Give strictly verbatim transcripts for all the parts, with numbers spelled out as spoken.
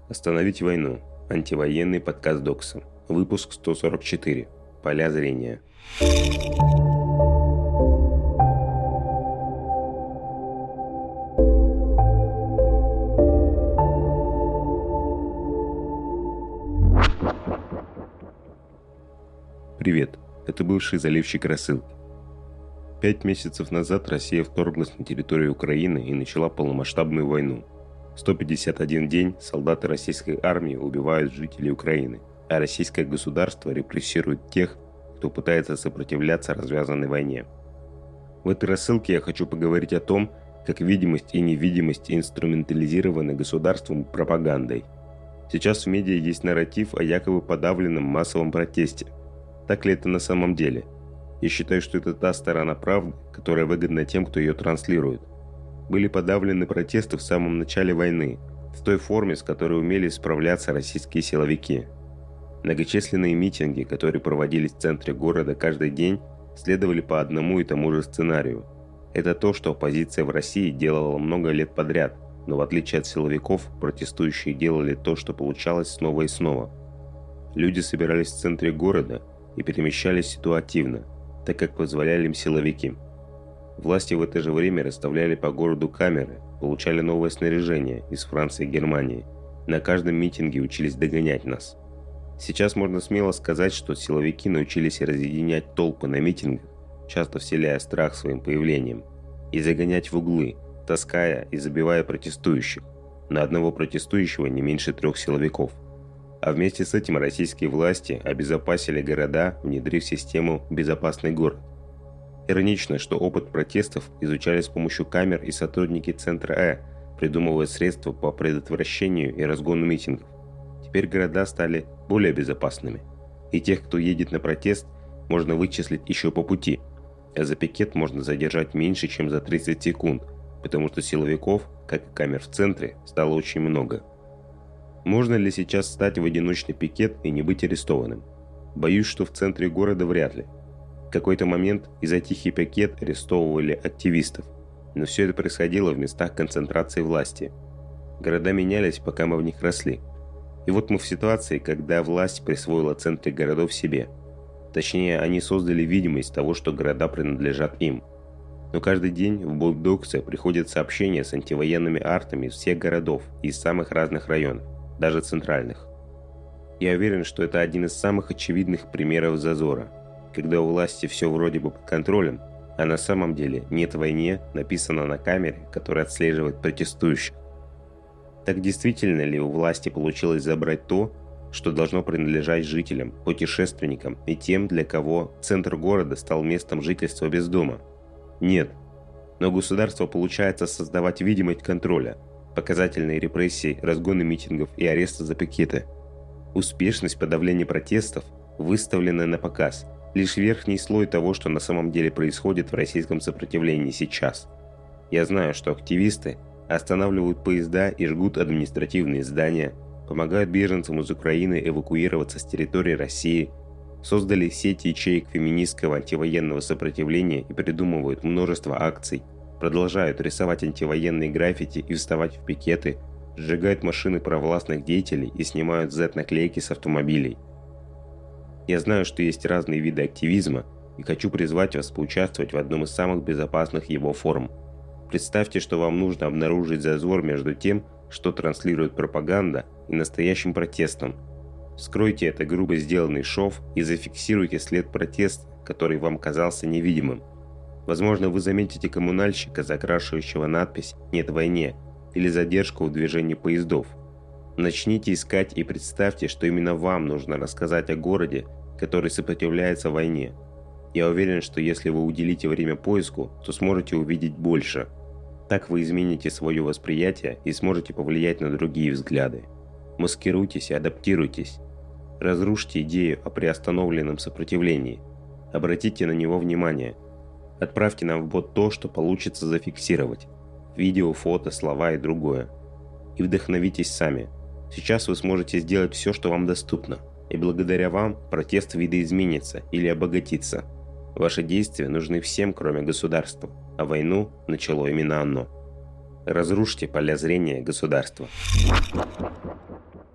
Остановить войну. Антивоенный подкаст Докса. Выпуск сто сорок четыре. Поля зрения. Привет, это бывший заливщик рассылки. Пять месяцев назад Россия вторглась на территорию Украины и начала полномасштабную войну. сто пятьдесят один день солдаты российской армии убивают жителей Украины, а российское государство репрессирует тех, кто пытается сопротивляться развязанной войне. В этой рассылке я хочу поговорить о том, как видимость и невидимость инструментализированы государством и пропагандой. Сейчас в медиа есть нарратив о якобы подавленном массовом протесте. Так ли это на самом деле? Я считаю, что это та сторона правды, которая выгодна тем, кто ее транслирует. Были подавлены протесты в самом начале войны, в той форме, с которой умели справляться российские силовики. Многочисленные митинги, которые проводились в центре города каждый день, следовали по одному и тому же сценарию. Это то, что оппозиция в России делала много лет подряд, но в отличие от силовиков, протестующие делали то, что получалось снова и снова. Люди собирались в центре города и перемещались ситуативно, так как позволяли им силовики. Власти в это же время расставляли по городу камеры, получали новое снаряжение из Франции и Германии. На каждом митинге учились догонять нас. Сейчас можно смело сказать, что силовики научились разъединять толпы на митингах, часто вселяя страх своим появлением, и загонять в углы, таская и забивая протестующих. На одного протестующего не меньше трех силовиков. А вместе с этим российские власти обезопасили города, внедрив систему «Безопасный город». Иронично, что опыт протестов изучали с помощью камер и сотрудники Центра Э, придумывая средства по предотвращению и разгону митингов. Теперь города стали более безопасными, и тех, кто едет на протест, можно вычислить еще по пути, а за пикет можно задержать меньше, чем за тридцать секунд, потому что силовиков, как и камер в центре, стало очень много. Можно ли сейчас встать в одиночный пикет и не быть арестованным? Боюсь, что в центре города вряд ли. В какой-то момент и за тихий пикет арестовывали активистов, но все это происходило в местах концентрации власти. Города менялись, пока мы в них росли. И вот мы в ситуации, когда власть присвоила центры городов себе. Точнее, они создали видимость того, что города принадлежат им. Но каждый день в Бокдоксе приходят сообщения с антивоенными артами из всех городов и из самых разных районов, даже центральных. Я уверен, что это один из самых очевидных примеров зазора, когда у власти все вроде бы под контролем, а на самом деле «нет войне» написано на камере, которая отслеживает протестующих. Так действительно ли у власти получилось забрать то, что должно принадлежать жителям, путешественникам и тем, для кого центр города стал местом жительства без дома? Нет. Но государство получается создавать видимость контроля, показательные репрессии, разгоны митингов и аресты за пикеты. Успешность подавления протестов выставлена на показ, лишь верхний слой того, что на самом деле происходит в российском сопротивлении сейчас. Я знаю, что активисты останавливают поезда и жгут административные здания, помогают беженцам из Украины эвакуироваться с территории России, создали сеть ячеек феминистского антивоенного сопротивления и придумывают множество акций, продолжают рисовать антивоенные граффити и вставать в пикеты, сжигают машины провластных деятелей и снимают зет-наклейки с автомобилей. Я знаю, что есть разные виды активизма, и хочу призвать вас поучаствовать в одном из самых безопасных его форм. Представьте, что вам нужно обнаружить зазор между тем, что транслирует пропаганда, и настоящим протестом. Вскройте это грубо сделанный шов и зафиксируйте след протеста, который вам казался невидимым. Возможно, вы заметите коммунальщика, закрашивающего надпись «Нет войне» или задержку в движении поездов. Начните искать и представьте, что именно вам нужно рассказать о городе, который сопротивляется войне. Я уверен, что если вы уделите время поиску, то сможете увидеть больше. Так вы измените свое восприятие и сможете повлиять на другие взгляды. Маскируйтесь и адаптируйтесь. Разрушьте идею о приостановленном сопротивлении. Обратите на него внимание. Отправьте нам в бот то, что получится зафиксировать. Видео, фото, слова и другое. И вдохновитесь сами. Сейчас вы сможете сделать все, что вам доступно. И благодаря вам протест видоизменится или обогатится. Ваши действия нужны всем, кроме государства, а войну начало именно оно. Разрушьте поля зрения государства.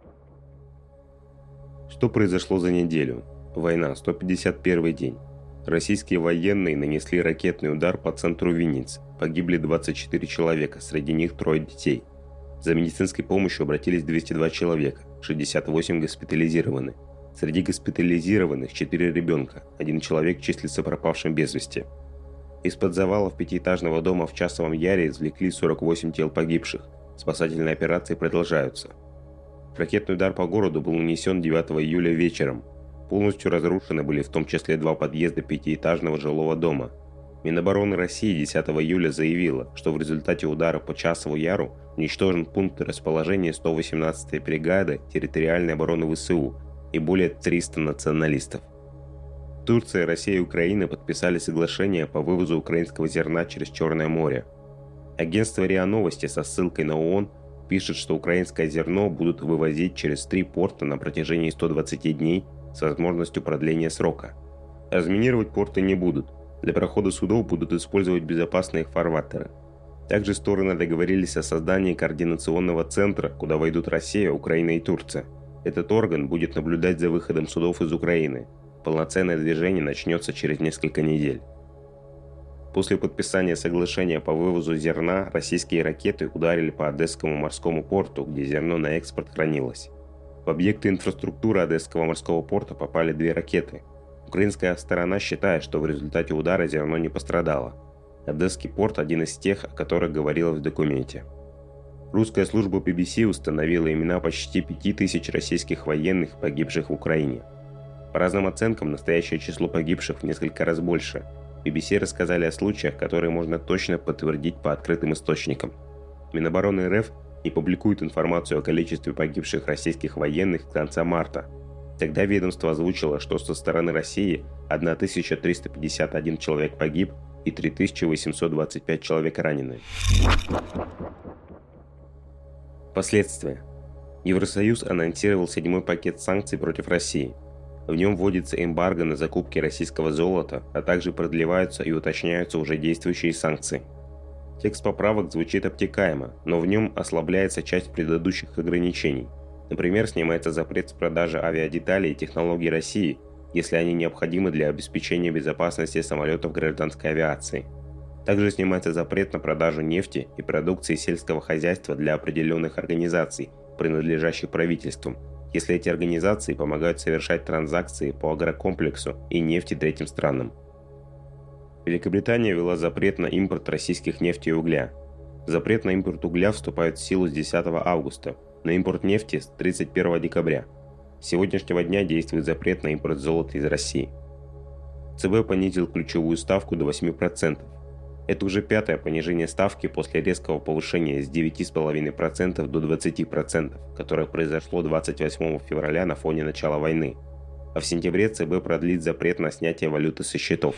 Что произошло за неделю? Война, сто пятьдесят первый день. Российские военные нанесли ракетный удар по центру Винницы. Погибли двадцать четыре человека, среди них трое детей. За медицинской помощью обратились двести два человека, шестьдесят восемь госпитализированы. Среди госпитализированных четыре ребенка, один человек числится пропавшим без вести. Из-под завалов пятиэтажного дома в Часовом Яре извлекли сорок восемь тел погибших. Спасательные операции продолжаются. Ракетный удар по городу был нанесен девятого июля вечером. Полностью разрушены были в том числе два подъезда пятиэтажного жилого дома. Минобороны России десятого июля заявила, что в результате удара по Часову Яру уничтожен пункт расположения сто восемнадцатой бригады территориальной обороны ВСУ и более триста националистов. Турция, Россия и Украина подписали соглашение по вывозу украинского зерна через Черное море. Агентство РИА Новости со ссылкой на ООН пишет, что украинское зерно будут вывозить через три порта на протяжении ста двадцати дней с возможностью продления срока. Разминировать порты не будут. Для прохода судов будут использовать безопасные фарватеры. Также стороны договорились о создании координационного центра, куда войдут Россия, Украина и Турция. Этот орган будет наблюдать за выходом судов из Украины. Полноценное движение начнется через несколько недель. После подписания соглашения по вывозу зерна российские ракеты ударили по Одесскому морскому порту, где зерно на экспорт хранилось. В объекты инфраструктуры Одесского морского порта попали две ракеты. Украинская сторона считает, что в результате удара зерно не пострадало. Одесский порт – один из тех, о которых говорилось в документе. Русская служба би би си установила имена почти пяти тысяч российских военных, погибших в Украине. По разным оценкам, настоящее число погибших в несколько раз больше. би би си рассказали о случаях, которые можно точно подтвердить по открытым источникам. Минобороны РФ не публикует информацию о количестве погибших российских военных с конца марта. Тогда ведомство озвучило, что со стороны России тысяча триста пятьдесят один человек погиб и три тысячи восемьсот двадцать пять человек ранены. Последствия. Евросоюз анонсировал седьмой пакет санкций против России. В нем вводится эмбарго на закупки российского золота, а также продлеваются и уточняются уже действующие санкции. Текст поправок звучит обтекаемо, но в нем ослабляется часть предыдущих ограничений. Например, снимается запрет с продажи авиадеталей и технологий России, если они необходимы для обеспечения безопасности самолетов гражданской авиации. Также снимается запрет на продажу нефти и продукции сельского хозяйства для определенных организаций, принадлежащих правительству, если эти организации помогают совершать транзакции по агрокомплексу и нефти третьим странам. Великобритания ввела запрет на импорт российских нефти и угля. Запрет на импорт угля вступает в силу с десятого августа, на импорт нефти с тридцать первого декабря. С сегодняшнего дня действует запрет на импорт золота из России. ЦБ понизил ключевую ставку до восьми процентов. Это уже пятое понижение ставки после резкого повышения с девяти целых пяти десятых процента до двадцати процентов, которое произошло двадцать восьмого февраля на фоне начала войны. А в сентябре ЦБ продлит запрет на снятие валюты со счетов.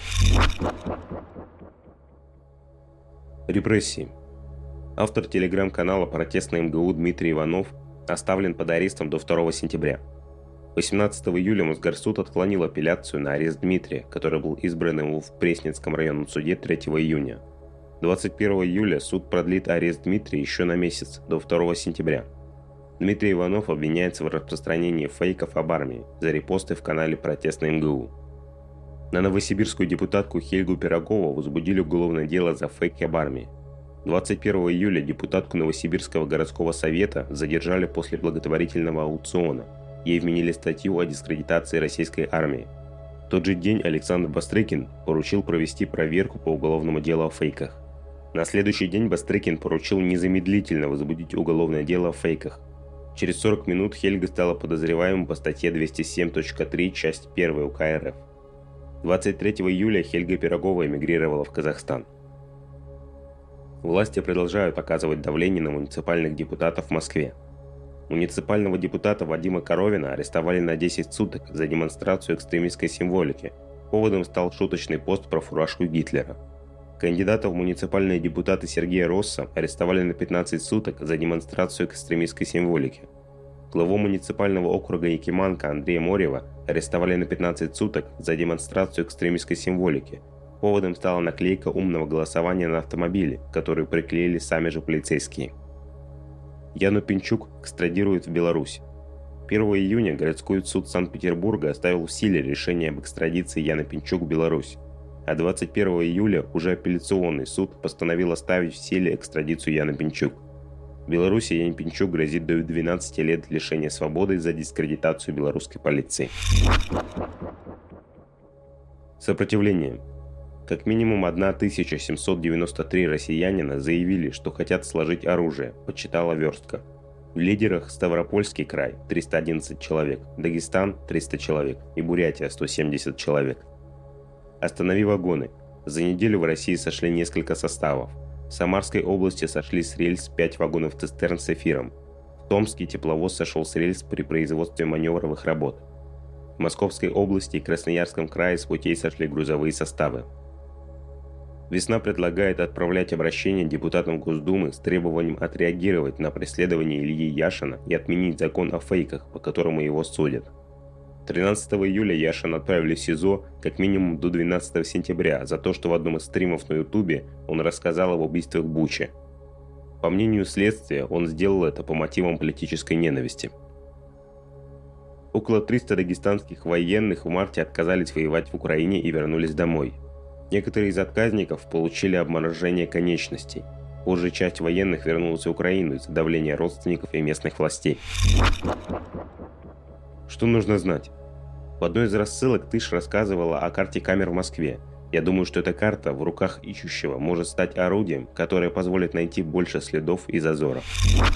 Репрессии. Автор телеграм-канала «Протестный эм гэ у» Дмитрий Иванов оставлен под арестом до второго сентября. восемнадцатого июля Мосгорсуд отклонил апелляцию на арест Дмитрия, который был избран ему в Пресненском районном суде третьего июня. двадцать первого июля суд продлит арест Дмитрия еще на месяц, до второго сентября. Дмитрий Иванов обвиняется в распространении фейков об армии за репосты в канале «Протестный эм гэ у». На новосибирскую депутатку Хельгу Пирогову возбудили уголовное дело за фейки об армии. двадцать первого июля депутатку Новосибирского городского совета задержали после благотворительного аукциона. Ей вменили статью о дискредитации российской армии. В тот же день Александр Бастрыкин поручил провести проверку по уголовному делу о фейках. На следующий день Бастрыкин поручил незамедлительно возбудить уголовное дело о фейках. Через сорок минут Хельга стала подозреваемым по статье двести семь точка три, часть первая УК РФ. двадцать третьего июля Хельга Пирогова эмигрировала в Казахстан. Власти продолжают оказывать давление на муниципальных депутатов в Москве. Муниципального депутата Вадима Коровина арестовали на десять суток за демонстрацию экстремистской символики. Поводом стал шуточный пост про фуражку Гитлера. Кандидата в муниципальные депутаты Сергея Росса арестовали на пятнадцать суток за демонстрацию экстремистской символики. Главу муниципального округа Якиманка Андрея Морева арестовали на пятнадцать суток за демонстрацию экстремистской символики. Поводом стала наклейка умного голосования на автомобиле, которую приклеили сами же полицейские. Яну Пинчук экстрадируют в Беларусь. первого июня городской суд Санкт-Петербурга оставил в силе решение об экстрадиции Яны Пинчук в Беларусь, а двадцать первого июля уже апелляционный суд постановил оставить в силе экстрадицию Яны Пинчук. В Беларуси Яне Пинчук грозит до двенадцати лет лишения свободы за дискредитацию белорусской полиции. Сопротивление. Как минимум тысяча семьсот девяносто три россиянина заявили, что хотят сложить оружие, подсчитала верстка. В лидерах Ставропольский край – триста одиннадцать человек, Дагестан – триста человек и Бурятия – сто семьдесят человек. Останови вагоны. За неделю в России сошли несколько составов. В Самарской области сошли с рельс пять вагонов цистерн с эфиром. В Томске тепловоз сошел с рельс при производстве маневровых работ. В Московской области и Красноярском крае с путей сошли грузовые составы. Весна предлагает отправлять обращение депутатам Госдумы с требованием отреагировать на преследование Ильи Яшина и отменить закон о фейках, по которому его судят. тринадцатого июля Яшина отправили в СИЗО как минимум до двенадцатого сентября за то, что в одном из стримов на Ютубе он рассказал об убийствах в Буче. По мнению следствия, он сделал это по мотивам политической ненависти. Около трёхсот дагестанских военных в марте отказались воевать в Украине и вернулись домой. Некоторые из отказников получили обморожение конечностей. Позже часть военных вернулась в Украину из-за давления родственников и местных властей. Что нужно знать? В одной из рассылок Тыш рассказывала о карте камер в Москве. Я думаю, что эта карта в руках ищущего может стать орудием, которое позволит найти больше следов и зазоров.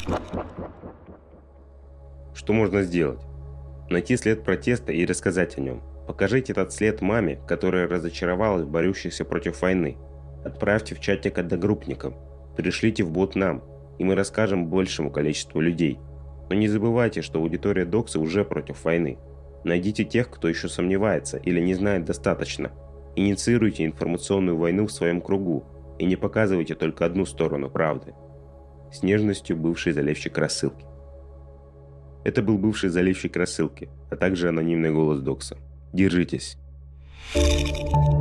Что можно сделать? Найти след протеста и рассказать о нем. Покажите этот след маме, которая разочаровалась в борющихся против войны. Отправьте в чатик одногруппникам. Пришлите в бот нам, и мы расскажем большему количеству людей. Но не забывайте, что аудитория Докса уже против войны. Найдите тех, кто еще сомневается или не знает достаточно. Инициируйте информационную войну в своем кругу и не показывайте только одну сторону правды. С нежностью бывший заливщик рассылки. Это был бывший заливщик рассылки, а также анонимный голос Докса. Держитесь.